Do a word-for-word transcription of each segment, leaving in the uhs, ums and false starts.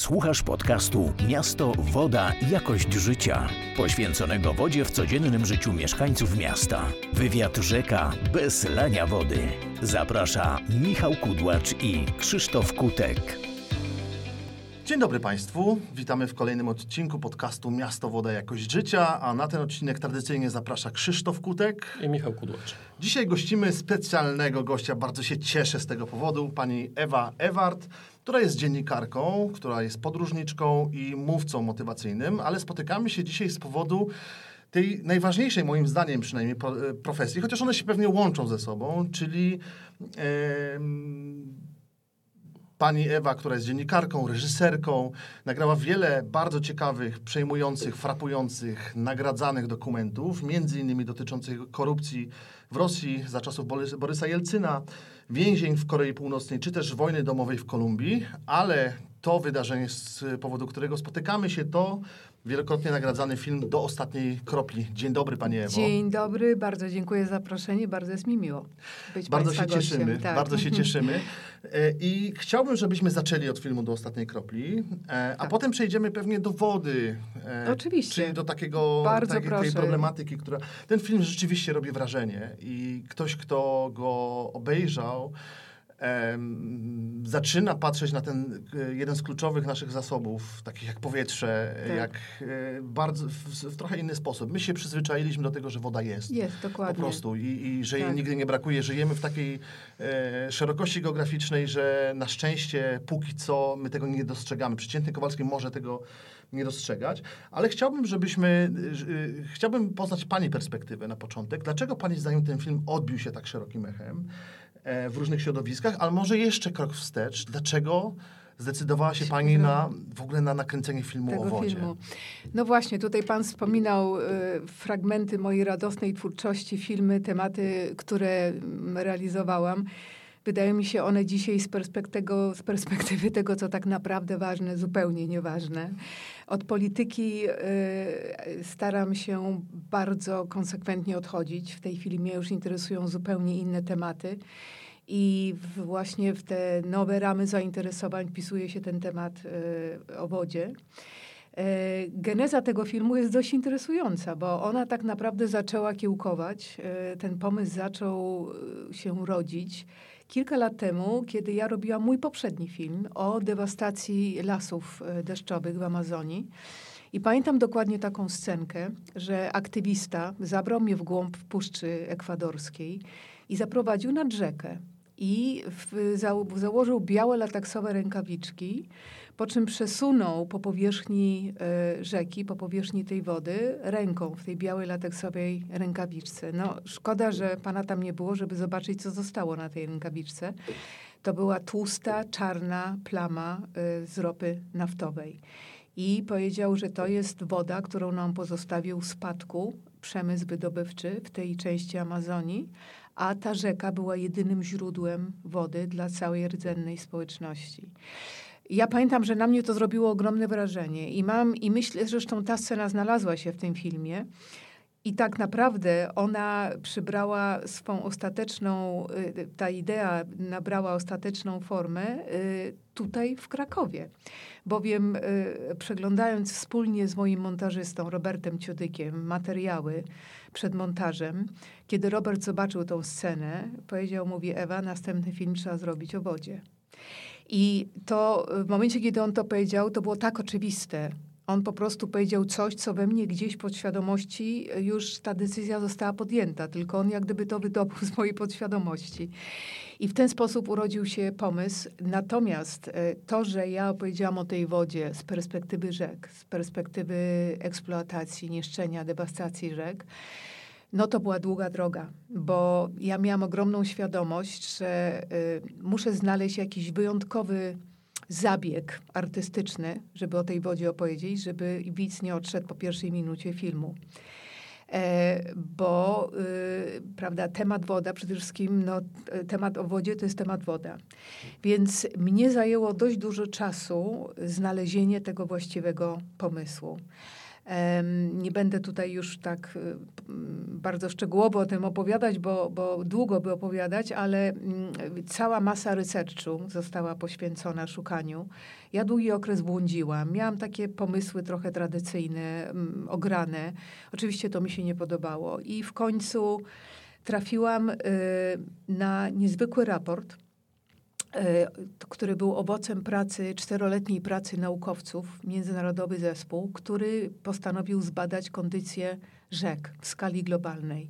Słuchasz podcastu Miasto, Woda, Jakość Życia, poświęconego wodzie w codziennym życiu mieszkańców miasta. Wywiad rzeka bez lania wody. Zaprasza Michał Kudłacz i Krzysztof Kutek. Dzień dobry Państwu, witamy w kolejnym odcinku podcastu Miasto, Woda, Jakość Życia, a na ten odcinek tradycyjnie zaprasza Krzysztof Kutek i Michał Kudłacz. Dzisiaj gościmy specjalnego gościa, bardzo się cieszę z tego powodu, pani Ewa Ewart, która jest dziennikarką, która jest podróżniczką i mówcą motywacyjnym, ale spotykamy się dzisiaj z powodu tej najważniejszej, moim zdaniem przynajmniej, profesji, chociaż one się pewnie łączą ze sobą, czyli e, pani Ewa, która jest dziennikarką, reżyserką, nagrała wiele bardzo ciekawych, przejmujących, frapujących, nagradzanych dokumentów, między innymi dotyczących korupcji w Rosji za czasów Borysa Jelcyna, więzień w Korei Północnej, czy też wojny domowej w Kolumbii, ale to wydarzenie, z powodu którego spotykamy się, to wielokrotnie nagradzany film Do ostatniej kropli. Dzień dobry, pani Ewo. Dzień dobry, bardzo dziękuję za zaproszenie, bardzo jest mi miło być Bardzo się gościem. cieszymy, Tak. bardzo się cieszymy. I chciałbym, żebyśmy zaczęli od filmu Do ostatniej kropli, a tak. potem przejdziemy pewnie do wody. Oczywiście. Czyli do takiego, bardzo takiej, proszę. tej problematyki, która... Ten film rzeczywiście robi wrażenie i ktoś, kto go obejrzał, Um, zaczyna patrzeć na ten jeden z kluczowych naszych zasobów, takich jak powietrze, tak. jak e, bardzo w, w trochę inny sposób. My się przyzwyczailiśmy do tego, że woda jest. Jest, dokładnie. Po prostu i, i że tak. jej nigdy nie brakuje. Żyjemy w takiej e, szerokości geograficznej, że na szczęście póki co my tego nie dostrzegamy. Przeciętny Kowalski może tego nie dostrzegać, ale chciałbym, żebyśmy, e, chciałbym poznać pani perspektywę na początek. Dlaczego pani zdaniem ten film odbił się tak szerokim echem w różnych środowiskach, ale może jeszcze krok wstecz. Dlaczego zdecydowała się pani na w ogóle na nakręcenie filmu Tego o wodzie? Filmu. No właśnie, tutaj pan wspominał y, fragmenty mojej radosnej twórczości, filmy, tematy, które realizowałam. Wydaje mi się one dzisiaj z perspektywy, z perspektywy tego, co tak naprawdę ważne, zupełnie nieważne. Od polityki y, staram się bardzo konsekwentnie odchodzić. W tej chwili mnie już interesują zupełnie inne tematy. I w, właśnie w te nowe ramy zainteresowań wpisuje się ten temat y, o wodzie. Y, geneza tego filmu jest dość interesująca, bo ona tak naprawdę zaczęła kiełkować. Y, ten pomysł zaczął y, się rodzić kilka lat temu, kiedy ja robiłam mój poprzedni film o dewastacji lasów deszczowych w Amazonii. I pamiętam dokładnie taką scenkę, że aktywista zabrał mnie w głąb Puszczy Ekwadorskiej i zaprowadził nad rzekę. I w, za, założył białe lateksowe rękawiczki, po czym przesunął po powierzchni y, rzeki, po powierzchni tej wody, ręką w tej białej lateksowej rękawiczce. No, szkoda, że pana tam nie było, żeby zobaczyć, co zostało na tej rękawiczce. To była tłusta, czarna plama y, z ropy naftowej. I powiedział, że to jest woda, którą nam pozostawił w spadku przemysł wydobywczy w tej części Amazonii, a ta rzeka była jedynym źródłem wody dla całej rdzennej społeczności. Ja pamiętam, że na mnie to zrobiło ogromne wrażenie i mam, i myślę, zresztą ta scena znalazła się w tym filmie i tak naprawdę ona przybrała swą ostateczną, ta idea nabrała ostateczną formę tutaj w Krakowie. Bowiem przeglądając wspólnie z moim montażystą Robertem Ciodykiem materiały przed montażem, kiedy Robert zobaczył tą scenę, powiedział, mówi, Ewa, następny film trzeba zrobić o wodzie. I to w momencie, kiedy on to powiedział, to było tak oczywiste. On po prostu powiedział coś, co we mnie gdzieś podświadomości już ta decyzja została podjęta, tylko on jak gdyby to wydobył z mojej podświadomości. I w ten sposób urodził się pomysł. Natomiast to, że ja opowiedziałam o tej wodzie z perspektywy rzek, z perspektywy eksploatacji, niszczenia, dewastacji rzek, no to była długa droga, bo ja miałam ogromną świadomość, że y, muszę znaleźć jakiś wyjątkowy zabieg artystyczny, żeby o tej wodzie opowiedzieć, żeby widz nie odszedł po pierwszej minucie filmu. E, bo y, prawda, temat woda, przede wszystkim no, temat o wodzie to jest temat woda. Więc mnie zajęło dość dużo czasu znalezienie tego właściwego pomysłu. Nie będę tutaj już tak bardzo szczegółowo o tym opowiadać, bo, bo długo by opowiadać, ale cała masa researchu została poświęcona szukaniu. Ja długi okres błądziłam. Miałam takie pomysły trochę tradycyjne, ograne. Oczywiście to mi się nie podobało. I w końcu trafiłam na niezwykły raport, który był owocem pracy, czteroletniej pracy naukowców, międzynarodowy zespół, który postanowił zbadać kondycję rzek w skali globalnej.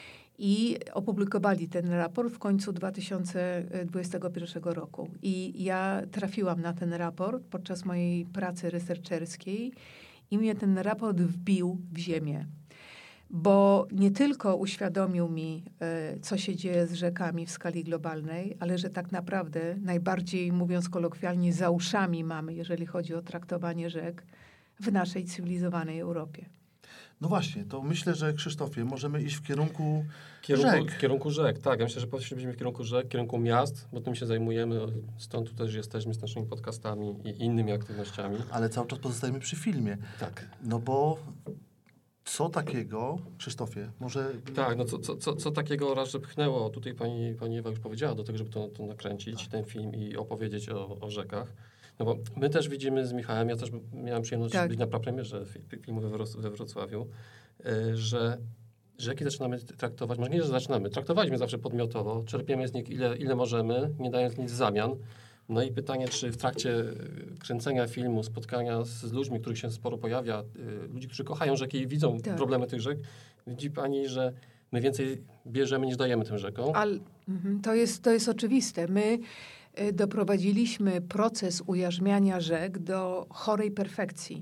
I opublikowali ten raport w końcu dwa tysiące dwudziestego pierwszego roku. I ja trafiłam na ten raport podczas mojej pracy researcherskiej i mnie ten raport wbił w ziemię. Bo nie tylko uświadomił mi, co się dzieje z rzekami w skali globalnej, ale że tak naprawdę najbardziej, mówiąc kolokwialnie, za uszami mamy, jeżeli chodzi o traktowanie rzek w naszej cywilizowanej Europie. No właśnie, to myślę, że Krzysztofie, możemy iść w kierunku, kierunku rzek. W kierunku rzek, tak. Ja myślę, że powinniśmy w kierunku rzek, w kierunku miast, bo tym się zajmujemy. Stąd tu też jesteśmy z naszymi podcastami i innymi aktywnościami. Ale cały czas pozostajemy przy filmie. Tak. No bo co takiego, Krzysztofie, może... Tak, no co, co, co, co takiego raz, że pchnęło, tutaj pani, pani Ewa już powiedziała, do tego, żeby to, to nakręcić, tak. ten film i opowiedzieć o, o rzekach. No bo my też widzimy z Michałem, ja też miałem przyjemność tak. być na prapremierze filmu we, Wros- we Wrocławiu, y, że rzeki zaczynamy traktować, może nie, że zaczynamy, traktowaliśmy zawsze podmiotowo, czerpiemy z nich ile, ile możemy, nie dając nic w zamian. No i pytanie, czy w trakcie kręcenia filmu, spotkania z, z ludźmi, których się sporo pojawia, y, ludzi, którzy kochają rzeki i widzą tak. problemy tych rzek, widzi pani, że my więcej bierzemy niż dajemy tym rzekom? Ale to jest, to jest oczywiste. My doprowadziliśmy proces ujarzmiania rzek do chorej perfekcji.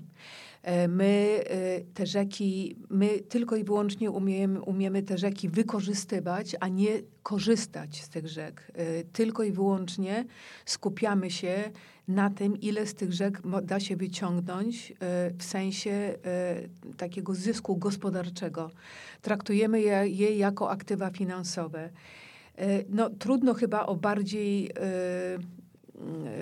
My te rzeki, my tylko i wyłącznie umiemy, umiemy te rzeki wykorzystywać, a nie korzystać z tych rzek. Tylko i wyłącznie skupiamy się na tym, ile z tych rzek da się wyciągnąć w sensie takiego zysku gospodarczego. Traktujemy je, je jako aktywa finansowe. No, trudno chyba o bardziej y, y,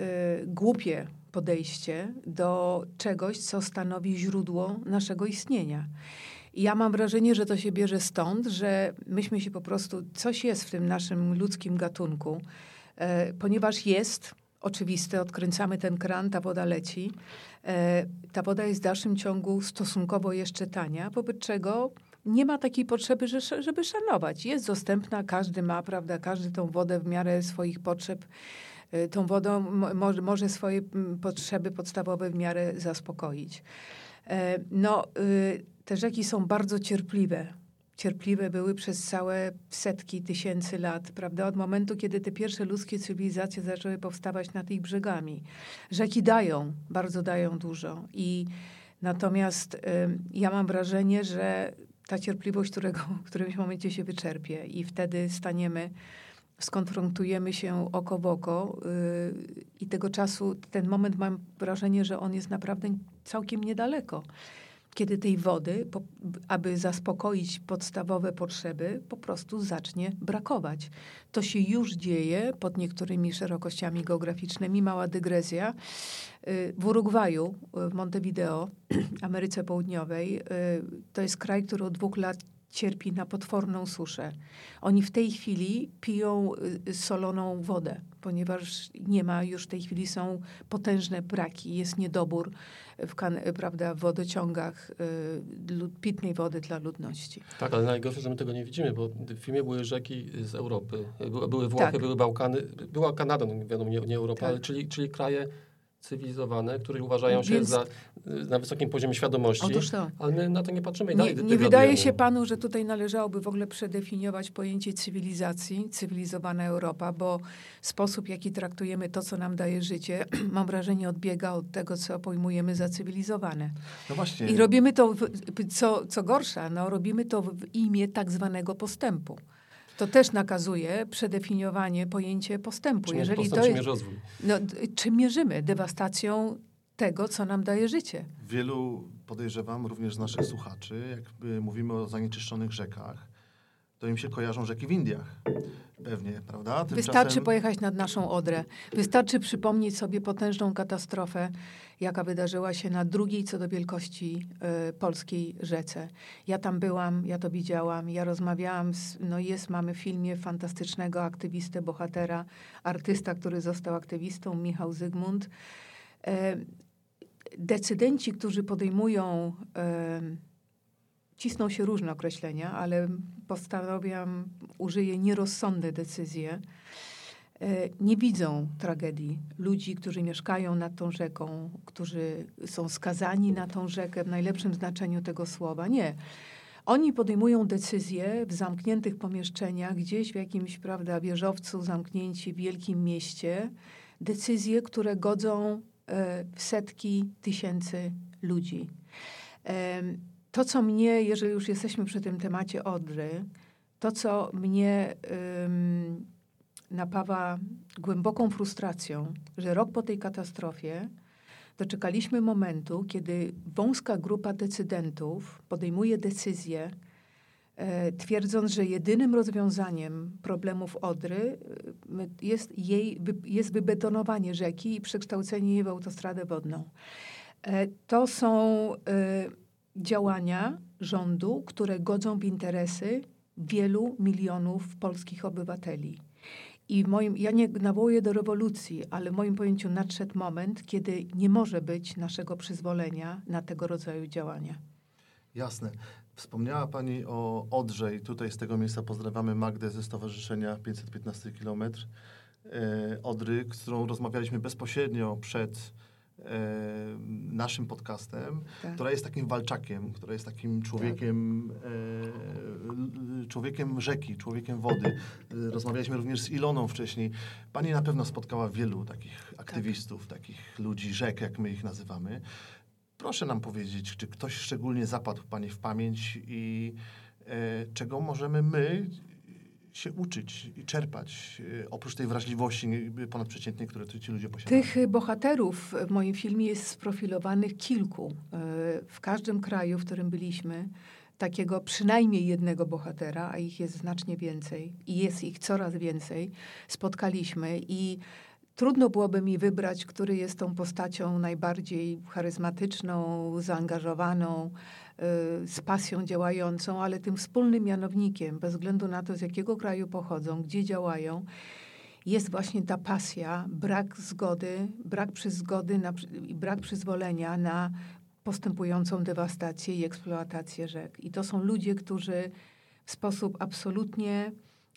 głupie podejście do czegoś, co stanowi źródło naszego istnienia. I ja mam wrażenie, że to się bierze stąd, że myśmy się po prostu, coś jest w tym naszym ludzkim gatunku, y, ponieważ jest oczywiste, odkręcamy ten kran, ta woda leci. Y, ta woda jest w dalszym ciągu stosunkowo jeszcze tania, wobec czego nie ma takiej potrzeby, żeby szanować. Jest dostępna, każdy ma, prawda, każdy tą wodę w miarę swoich potrzeb, tą wodą mo- może swoje potrzeby podstawowe w miarę zaspokoić. No, te rzeki są bardzo cierpliwe. Cierpliwe były przez całe setki tysięcy lat, prawda? Od momentu, kiedy te pierwsze ludzkie cywilizacje zaczęły powstawać nad ich brzegami. Rzeki dają, bardzo dają dużo. I natomiast ja mam wrażenie, że ta cierpliwość, którego w którymś momencie się wyczerpie i wtedy staniemy, skonfrontujemy się oko w oko yy, i tego czasu, ten moment mam wrażenie, że on jest naprawdę całkiem niedaleko. Kiedy tej wody, po, aby zaspokoić podstawowe potrzeby, po prostu zacznie brakować. To się już dzieje pod niektórymi szerokościami geograficznymi. Mała dygresja. W Urugwaju, w Montevideo, Ameryce Południowej, to jest kraj, który od dwóch lat cierpi na potworną suszę. Oni w tej chwili piją soloną wodę, ponieważ nie ma, już w tej chwili są potężne braki, jest niedobór w, kan- prawda, w wodociągach y, pitnej wody dla ludności. Tak, ale najgorsze, że my tego nie widzimy, bo w filmie były rzeki z Europy, były, były Włochy, tak. były Bałkany, była Kanada, no wiadomo, nie, nie Europa, tak. ale czyli, czyli kraje cywilizowane, które uważają się Więc... za, na wysokim poziomie świadomości, Otóż to. ale my na to nie patrzymy i Nie, dalej nie wydaje się panu, że tutaj należałoby w ogóle przedefiniować pojęcie cywilizacji, cywilizowana Europa, bo sposób, jaki traktujemy to, co nam daje życie, mam wrażenie, odbiega od tego, co pojmujemy za cywilizowane. No właśnie. I robimy to, w, co, co gorsza, no, robimy to w imię tak zwanego postępu. To też nakazuje przedefiniowanie pojęcia postępu. Czym Jeżeli postęp, to czym jest, rozwój? no, czym mierzymy? Dewastacją tego, co nam daje życie. Wielu, podejrzewam, również z naszych słuchaczy, jakby mówimy o zanieczyszczonych rzekach, to im się kojarzą rzeki w Indiach. Pewnie, prawda? Tymczasem... Wystarczy pojechać nad naszą Odrę. Wystarczy przypomnieć sobie potężną katastrofę, jaka wydarzyła się na drugiej co do wielkości y, polskiej rzece. Ja tam byłam, ja to widziałam, ja rozmawiałam, z, no jest, mamy w filmie fantastycznego aktywistę, bohatera, artysta, który został aktywistą, Michał Zygmunt. Y, decydenci, którzy podejmują... Y, Cisną się różne określenia, ale postanowiłam, użyję nierozsądne decyzje. Nie widzą tragedii ludzi, którzy mieszkają nad tą rzeką, którzy są skazani na tą rzekę w najlepszym znaczeniu tego słowa. Nie. Oni podejmują decyzje w zamkniętych pomieszczeniach, gdzieś w jakimś, prawda, wieżowcu, zamknięci w wielkim mieście. Decyzje, które godzą w setki tysięcy ludzi. To, co mnie, jeżeli już jesteśmy przy tym temacie Odry, to, co mnie ym, napawa głęboką frustracją, że rok po tej katastrofie doczekaliśmy momentu, kiedy wąska grupa decydentów podejmuje decyzję, e, twierdząc, że jedynym rozwiązaniem problemów Odry e, jest, jej, wy, jest wybetonowanie rzeki i przekształcenie jej w autostradę wodną. E, to są... E, działania rządu, które godzą w interesy wielu milionów polskich obywateli. I w moim, ja nie nawołuję do rewolucji, ale w moim pojęciu nadszedł moment, kiedy nie może być naszego przyzwolenia na tego rodzaju działania. Jasne. Wspomniała Pani o Odrze i tutaj z tego miejsca pozdrawiamy Magdę ze Stowarzyszenia pięćset piętnasty kilometr e, Odry, z którą rozmawialiśmy bezpośrednio przed E, naszym podcastem, tak. która jest takim walczakiem, która jest takim człowiekiem tak. e, człowiekiem rzeki, człowiekiem wody. E, rozmawialiśmy również z Iloną wcześniej. Pani na pewno spotkała wielu takich aktywistów, tak. takich ludzi rzek, jak my ich nazywamy. Proszę nam powiedzieć, czy ktoś szczególnie zapadł Pani w pamięć i e, czego możemy my się uczyć i czerpać, oprócz tej wrażliwości ponadprzeciętnej, które ci ludzie posiadają. Tych bohaterów w moim filmie jest sprofilowanych kilku. W każdym kraju, w którym byliśmy, takiego przynajmniej jednego bohatera, a ich jest znacznie więcej i jest ich coraz więcej, spotkaliśmy i trudno byłoby mi wybrać, który jest tą postacią najbardziej charyzmatyczną, zaangażowaną, z pasją działającą, ale tym wspólnym mianownikiem, bez względu na to, z jakiego kraju pochodzą, gdzie działają, jest właśnie ta pasja, brak zgody, brak przyzgody na, i brak przyzwolenia na postępującą dewastację i eksploatację rzek. I to są ludzie, którzy w sposób absolutnie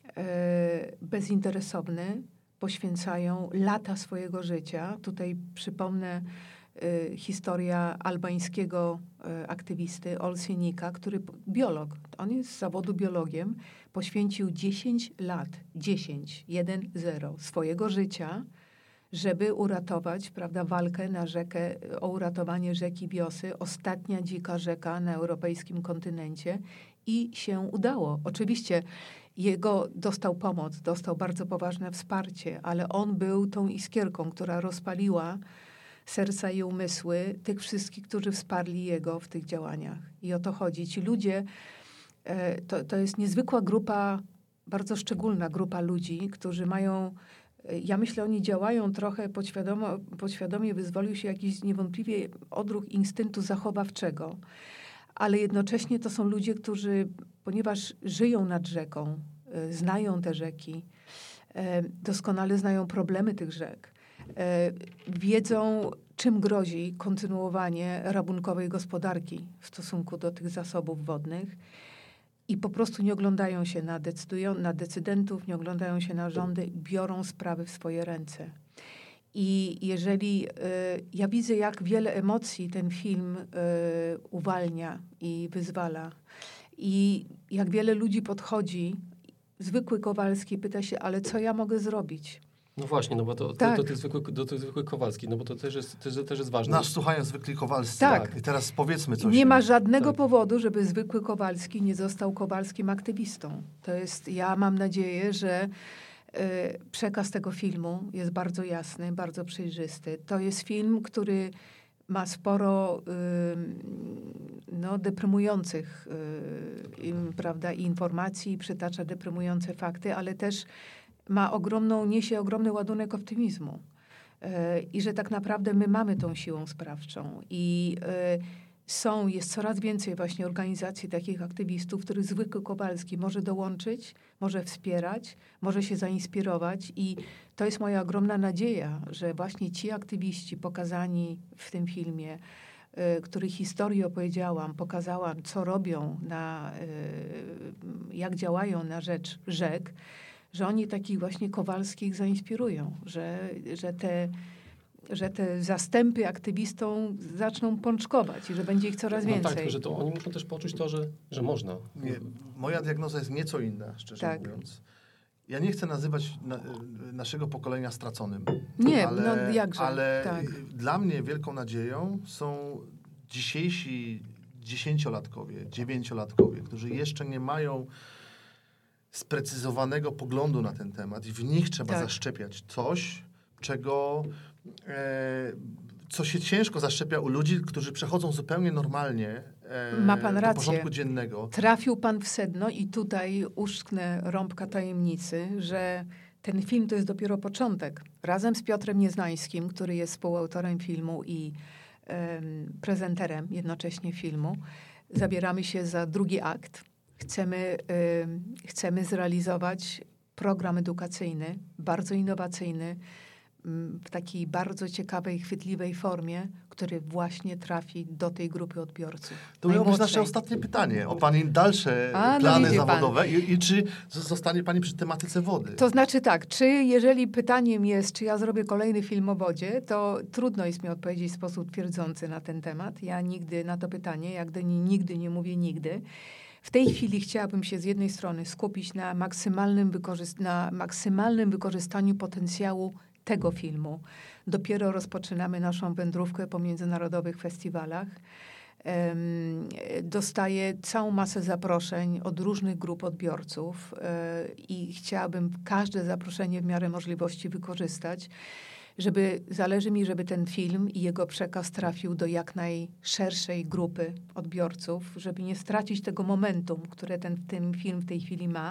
e, bezinteresowny poświęcają lata swojego życia. Tutaj przypomnę y, historia albańskiego y, aktywisty Olsienika, który, biolog, on jest z zawodu biologiem, poświęcił dziesięć lat, dziesięć, jeden, zero swojego życia, żeby uratować, prawda, walkę na rzekę, o uratowanie rzeki Biosy, ostatnia dzika rzeka na europejskim kontynencie i się udało. Oczywiście jego dostał pomoc, dostał bardzo poważne wsparcie, ale on był tą iskierką, która rozpaliła serca i umysły tych wszystkich, którzy wsparli jego w tych działaniach. I o to chodzi. Ci ludzie, to, to jest niezwykła grupa, bardzo szczególna grupa ludzi, którzy mają, ja myślę, oni działają trochę podświadomie, podświadomie wyzwolił się jakiś niewątpliwie odruch instynktu zachowawczego. Ale jednocześnie to są ludzie, którzy, ponieważ żyją nad rzeką, y, znają te rzeki, y, doskonale znają problemy tych rzek, y, wiedzą, czym grozi kontynuowanie rabunkowej gospodarki w stosunku do tych zasobów wodnych i po prostu nie oglądają się na, decydują, na decydentów, nie oglądają się na rządy, biorą sprawy w swoje ręce. I jeżeli y, ja widzę, jak wiele emocji ten film y, uwalnia i wyzwala i jak wiele ludzi podchodzi, zwykły Kowalski pyta się, ale co ja mogę zrobić? No właśnie, no bo to, tak. to, to, to, zwykły, to, to zwykły Kowalski, no bo to też jest, też, też jest ważne. Nas słuchają zwykli Kowalscy. Tak. I teraz powiedzmy coś. Nie ma żadnego tak. powodu, żeby zwykły Kowalski nie został Kowalskim aktywistą. To jest, ja mam nadzieję, że przekaz tego filmu jest bardzo jasny, bardzo przejrzysty. To jest film, który ma sporo no, deprymujących y, prawda, informacji, przytacza deprymujące fakty, ale też ma ogromną, niesie ogromny ładunek optymizmu. Y, I że tak naprawdę my mamy tą siłą sprawczą. I y, są, jest coraz więcej właśnie organizacji takich aktywistów, których zwykły Kowalski może dołączyć, może wspierać, może się zainspirować i to jest moja ogromna nadzieja, że właśnie ci aktywiści pokazani w tym filmie, y, których historię opowiedziałam, pokazałam, co robią, na, y, jak działają na rzecz rzek, że oni takich właśnie Kowalskich zainspirują, że, że te że te zastępy aktywistom zaczną pączkować i że będzie ich coraz no więcej. Tak, że to oni muszą też poczuć to, że, że można. Nie, moja diagnoza jest nieco inna, szczerze tak. mówiąc. Ja nie chcę nazywać na, naszego pokolenia straconym. Nie, ale, no jakże. Ale tak. dla mnie wielką nadzieją są dzisiejsi dziesięciolatkowie, dziewięciolatkowie, którzy jeszcze nie mają sprecyzowanego poglądu na ten temat i w nich trzeba tak. zaszczepiać coś, czego, e, co się ciężko zaszczepia u ludzi, którzy przechodzą zupełnie normalnie e, Ma pan do rację. porządku dziennego. Trafił pan w sedno i tutaj uszczknę rąbka tajemnicy, że ten film to jest dopiero początek. Razem z Piotrem Nieznańskim, który jest współautorem filmu i em, prezenterem jednocześnie filmu, zabieramy się za drugi akt. Chcemy, em, chcemy zrealizować program edukacyjny, bardzo innowacyjny, w takiej bardzo ciekawej, chwytliwej formie, który właśnie trafi do tej grupy odbiorców. To miało być nasze ostatnie pytanie o pani dalsze A, no plany widzi pan. zawodowe i, i czy zostanie pani przy tematyce wody? To znaczy tak, czy jeżeli pytaniem jest, czy ja zrobię kolejny film o wodzie, to trudno jest mi odpowiedzieć w sposób twierdzący na ten temat. Ja nigdy na to pytanie, jak do niej nigdy nie mówię nigdy. W tej chwili chciałabym się z jednej strony skupić na maksymalnym, wykorzyst- na maksymalnym wykorzystaniu potencjału tego filmu. Dopiero rozpoczynamy naszą wędrówkę po międzynarodowych festiwalach. Um, dostaję całą masę zaproszeń od różnych grup odbiorców um, i chciałabym każde zaproszenie w miarę możliwości wykorzystać, żeby, zależy mi, żeby ten film i jego przekaz trafił do jak najszerszej grupy odbiorców, żeby nie stracić tego momentum, które ten, ten film w tej chwili ma.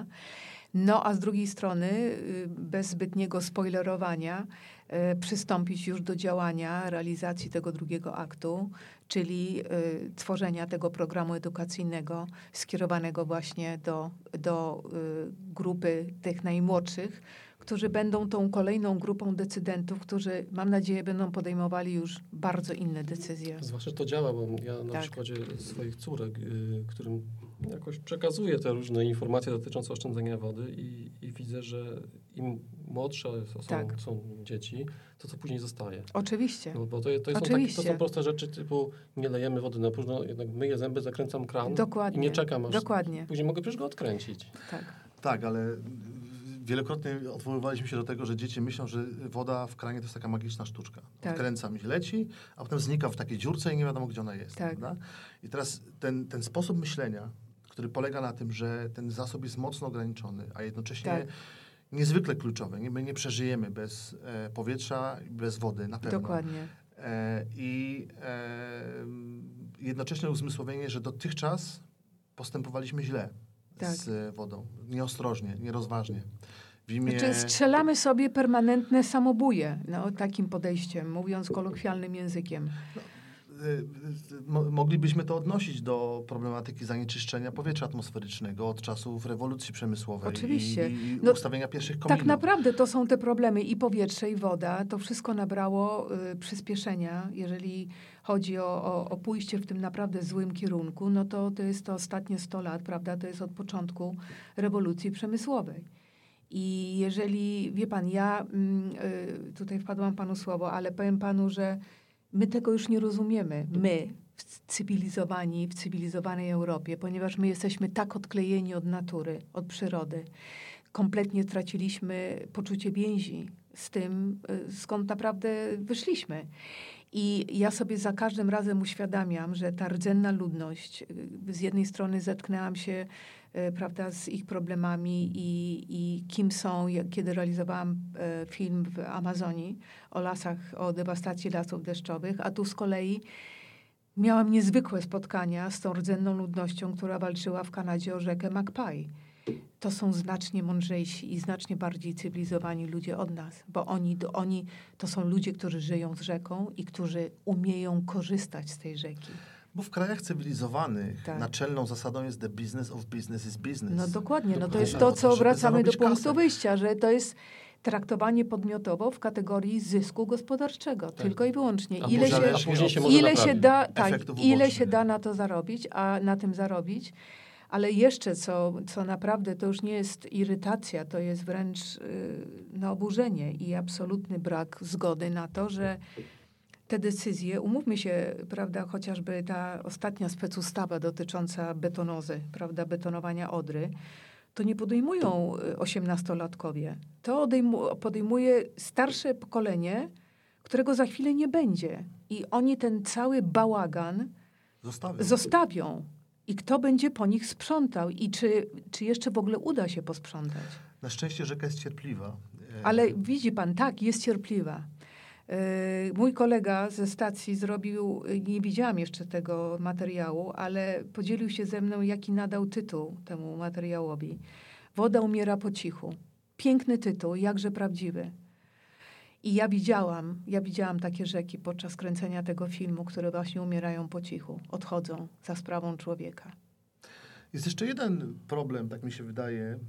No a z drugiej strony, bez zbytniego spoilerowania, y, przystąpić już do działania, realizacji tego drugiego aktu, czyli y, tworzenia tego programu edukacyjnego skierowanego właśnie do, do y, grupy tych najmłodszych, którzy będą tą kolejną grupą decydentów, którzy, mam nadzieję, będą podejmowali już bardzo inne decyzje. Zwłaszcza to działa, bo ja na tak. przykładzie swoich córek, y, którym jakoś przekazuję te różne informacje dotyczące oszczędzania wody i, i widzę, że im młodsze są, tak. są dzieci, to co później zostaje. Oczywiście. No, bo to, to, są takie, to są proste rzeczy typu nie lejemy wody na próżno, jednak myję zęby, zakręcam kran Dokładnie. i nie czekam aż Dokładnie. później mogę przecież go odkręcić. Tak. Tak, ale wielokrotnie odwoływaliśmy się do tego, że dzieci myślą, że woda w kranie to jest taka magiczna sztuczka. Tak. Odkręcam i leci, a potem znika w takiej dziurce i nie wiadomo, gdzie ona jest. Tak. Prawda? I teraz ten, ten sposób myślenia, który polega na tym, że ten zasób jest mocno ograniczony, a jednocześnie Tak. niezwykle kluczowy. Nie, my nie przeżyjemy bez e, powietrza i bez wody, na pewno. Dokładnie. E, I e, jednocześnie uzmysłowienie, że dotychczas postępowaliśmy źle Tak. z wodą. Nieostrożnie, nierozważnie. W imię... Znaczy strzelamy sobie permanentne samobuje, no, takim podejściem, mówiąc kolokwialnym językiem. No, y, y, moglibyśmy to odnosić do problematyki zanieczyszczenia powietrza atmosferycznego od czasów rewolucji przemysłowej. Oczywiście. I, i No, ustawienia pierwszych kominów. Tak naprawdę to są te problemy i powietrze, i woda. To wszystko nabrało y, przyspieszenia. Jeżeli chodzi o, o, o pójście w tym naprawdę złym kierunku, no to to jest to ostatnie sto lat, prawda? To jest od początku rewolucji przemysłowej. I jeżeli, wie pan, ja y, tutaj wpadłam panu słowo, ale powiem panu, że my tego już nie rozumiemy. My, w cywilizowani, w cywilizowanej Europie, ponieważ my jesteśmy tak odklejeni od natury, od przyrody. Kompletnie traciliśmy poczucie więzi z tym, skąd naprawdę wyszliśmy. I ja sobie za każdym razem uświadamiam, że ta rdzenna ludność, z jednej strony zetknęłam się, prawda, z ich problemami i, i kim są, jak, kiedy realizowałam film w Amazonii o lasach, o dewastacji lasów deszczowych, a tu z kolei miałam niezwykłe spotkania z tą rdzenną ludnością, która walczyła w Kanadzie o rzekę Magpie. To są znacznie mądrzejsi i znacznie bardziej cywilizowani ludzie od nas, bo oni, oni to są ludzie, którzy żyją z rzeką i którzy umieją korzystać z tej rzeki. Bo w krajach cywilizowanych tak. naczelną zasadą jest the business of business is business. No dokładnie, no to dokładnie. jest to, co Żeby wracamy do punktu kasę. wyjścia, że to jest traktowanie podmiotowo w kategorii zysku gospodarczego, tak. tylko i wyłącznie. A Ile się, a później się może ile się da, tak, ile się ubocznych. da na to zarobić, a na tym zarobić. Ale jeszcze, co, co naprawdę to już nie jest irytacja, to jest wręcz yy, no, oburzenie i absolutny brak zgody na to, że te decyzje, umówmy się, prawda, chociażby ta ostatnia specustawa dotycząca betonozy, prawda, betonowania Odry, to nie podejmują osiemnastolatkowie. To odejmu, podejmuje starsze pokolenie, którego za chwilę nie będzie. I oni ten cały bałagan Zostawią. zostawią. I kto będzie po nich sprzątał? I czy, czy jeszcze w ogóle uda się posprzątać? Na szczęście rzeka jest cierpliwa. Ale widzi pan, tak, jest cierpliwa. Yy, mój kolega ze stacji zrobił, nie widziałam jeszcze tego materiału, ale podzielił się ze mną, jaki nadał tytuł temu materiałowi. Woda umiera po cichu. Piękny tytuł, jakże prawdziwy. I ja widziałam, ja widziałam takie rzeki podczas kręcenia tego filmu, które właśnie umierają po cichu, odchodzą za sprawą człowieka. Jest jeszcze jeden problem, tak mi się wydaje, e,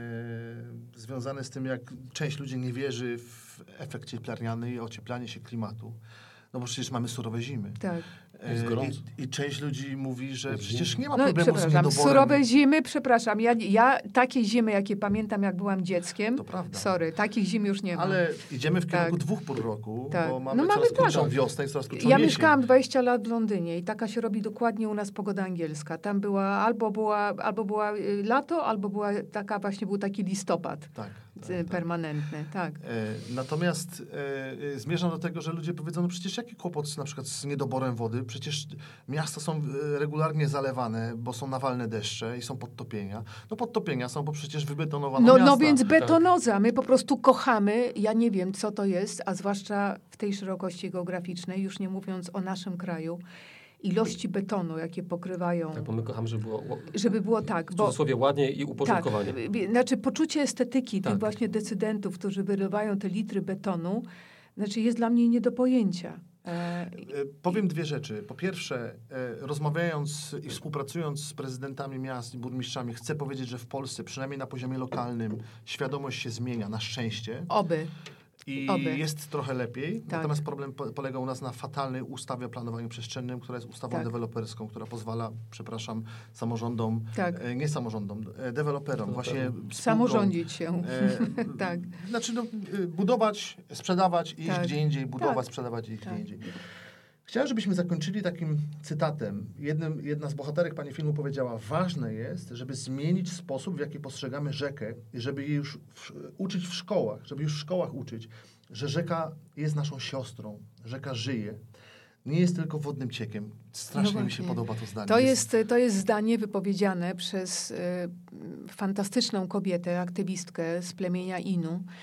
związany z tym, jak część ludzi nie wierzy w efekt cieplarniany i ocieplanie się klimatu. No bo przecież mamy surowe zimy. Tak. Jest gorąco. I, I część ludzi mówi, że Jest przecież nie ma No problemu z przepraszam, niedoborem. surowe zimy, przepraszam, ja, ja takie zimy, jakie pamiętam, jak byłam dzieckiem, To prawda. sorry, takich zim już nie ma. Ale idziemy w kierunku Tak. dwóch pór roku, Tak. bo mamy No mamy coraz krótszą tak. wiosnę i coraz krótszą Ja jesień. mieszkałam dwadzieścia lat w Londynie i taka się robi dokładnie u nas pogoda angielska. Tam była albo była, albo była y, lato, albo była taka, właśnie był taki listopad Tak, y, tak, tak. permanentny, tak. E, natomiast e, e, zmierzam do tego, że ludzie powiedzą, no przecież jaki kłopot z, na przykład z niedoborem wody? Przecież miasta są e, regularnie zalewane, bo są nawalne deszcze i są podtopienia. No podtopienia są, bo przecież wybetonowano No, miasta. no więc betonoza, my po prostu kochamy, ja nie wiem, co to jest, a zwłaszcza w tej szerokości geograficznej, już nie mówiąc o naszym kraju, ilości betonu, jakie pokrywają, Tak, bo my kochamy, żeby było, żeby było tak, w bo cudzysłowie ładnie i uporządkowanie. tak, znaczy poczucie estetyki Tak. tych właśnie decydentów, którzy wyrywają te litry betonu, znaczy jest dla mnie nie do pojęcia. E, E, Powiem dwie rzeczy. Po pierwsze, e, rozmawiając i współpracując z prezydentami miast i burmistrzami, chcę powiedzieć, że w Polsce, przynajmniej na poziomie lokalnym, świadomość się zmienia, na szczęście. oby. I Oby. jest trochę lepiej. Tak. Natomiast problem po, polega u nas na fatalnej ustawie o planowaniu przestrzennym, która jest ustawą Tak. deweloperską, która pozwala, przepraszam, samorządom, Tak. e, nie samorządom, e, deweloperom, właśnie spółkom, Samorządzić się. E, Tak. Znaczy no, e, budować, sprzedawać i iść Tak. gdzie indziej, budować, Tak. sprzedawać i iść Tak. gdzie indziej. Chciałem, żebyśmy zakończyli takim cytatem. Jednym, jedna z bohaterek pani filmu powiedziała, ważne jest, żeby zmienić sposób, w jaki postrzegamy rzekę i żeby jej już w, uczyć w szkołach, żeby już w szkołach uczyć, że rzeka jest naszą siostrą, rzeka żyje. Nie jest tylko wodnym ciekiem. Strasznie No mi się właśnie. podoba to zdanie. To jest, to jest zdanie wypowiedziane przez y, fantastyczną kobietę, aktywistkę z plemienia Inu y,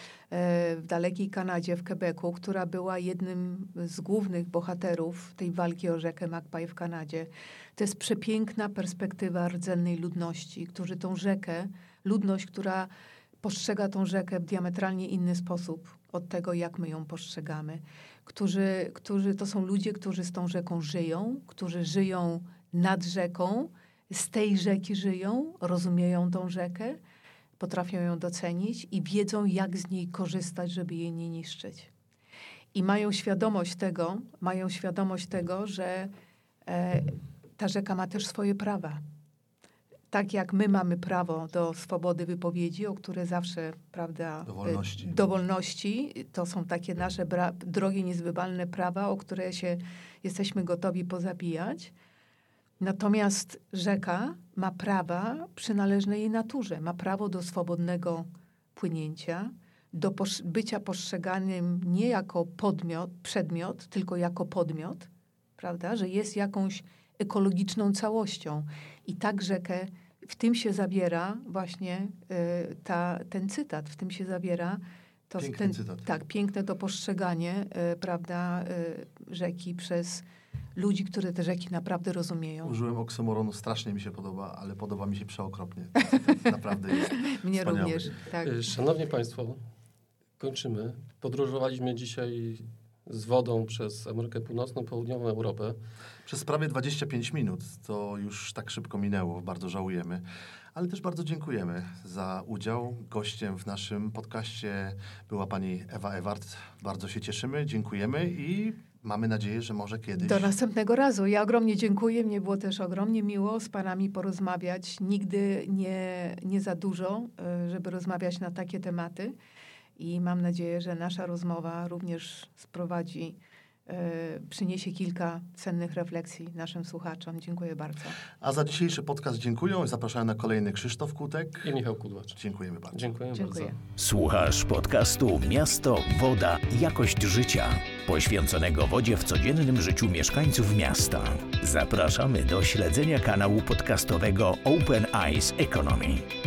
w dalekiej Kanadzie, w Quebecu, która była jednym z głównych bohaterów tej walki o rzekę Magpie w Kanadzie. To jest przepiękna perspektywa rdzennej ludności, którzy tą rzekę, ludność, która postrzega tą rzekę w diametralnie inny sposób od tego, jak my ją postrzegamy. Którzy, którzy, to są ludzie, którzy z tą rzeką żyją, którzy żyją nad rzeką, z tej rzeki żyją, rozumieją tą rzekę, potrafią ją docenić i wiedzą, jak z niej korzystać, żeby jej nie niszczyć. I mają świadomość tego, mają świadomość tego, że e, ta rzeka ma też swoje prawa. Tak jak my mamy prawo do swobody wypowiedzi, o które zawsze, prawda, Do wolności. do wolności, to są takie nasze bra- drogie, niezbywalne prawa, o które się jesteśmy gotowi pozabijać. Natomiast rzeka ma prawa przynależne jej naturze. Ma prawo do swobodnego płynięcia, do pos- bycia postrzeganym nie jako podmiot, przedmiot, tylko jako podmiot, prawda? Że jest jakąś ekologiczną całością. I tak rzekę, w tym się zawiera właśnie y, ta, ten cytat, w tym się zawiera to, Piękny ten, cytat. tak, piękne to postrzeganie y, prawda, y, rzeki przez ludzi, którzy te rzeki naprawdę rozumieją. Użyłem oksymoronu, strasznie mi się podoba, ale podoba mi się przeokropnie. Naprawdę jest Mnie wspaniały. również, tak. Szanowni Państwo, kończymy. Podróżowaliśmy dzisiaj z wodą przez Amerykę Północną, Południową Europę. Przez prawie dwadzieścia pięć minut. To już tak szybko minęło. Bardzo żałujemy. Ale też bardzo dziękujemy za udział. Gościem w naszym podcaście była pani Ewa Ewart. Bardzo się cieszymy, dziękujemy i mamy nadzieję, że może kiedyś... Do następnego razu. Ja ogromnie dziękuję. Mnie było też ogromnie miło z panami porozmawiać. Nigdy nie, nie za dużo, żeby rozmawiać na takie tematy. I mam nadzieję, że nasza rozmowa również sprowadzi, e, przyniesie kilka cennych refleksji naszym słuchaczom. Dziękuję bardzo. A za dzisiejszy podcast dziękuję. Zapraszam na kolejny Krzysztof Kutek. I Michał Kudłacz. Dziękujemy bardzo. Dziękuję, Dziękuję. bardzo. Słuchasz podcastu Miasto, Woda, Jakość Życia, poświęconego wodzie w codziennym życiu mieszkańców miasta. Zapraszamy do śledzenia kanału podcastowego Open Eyes Economy.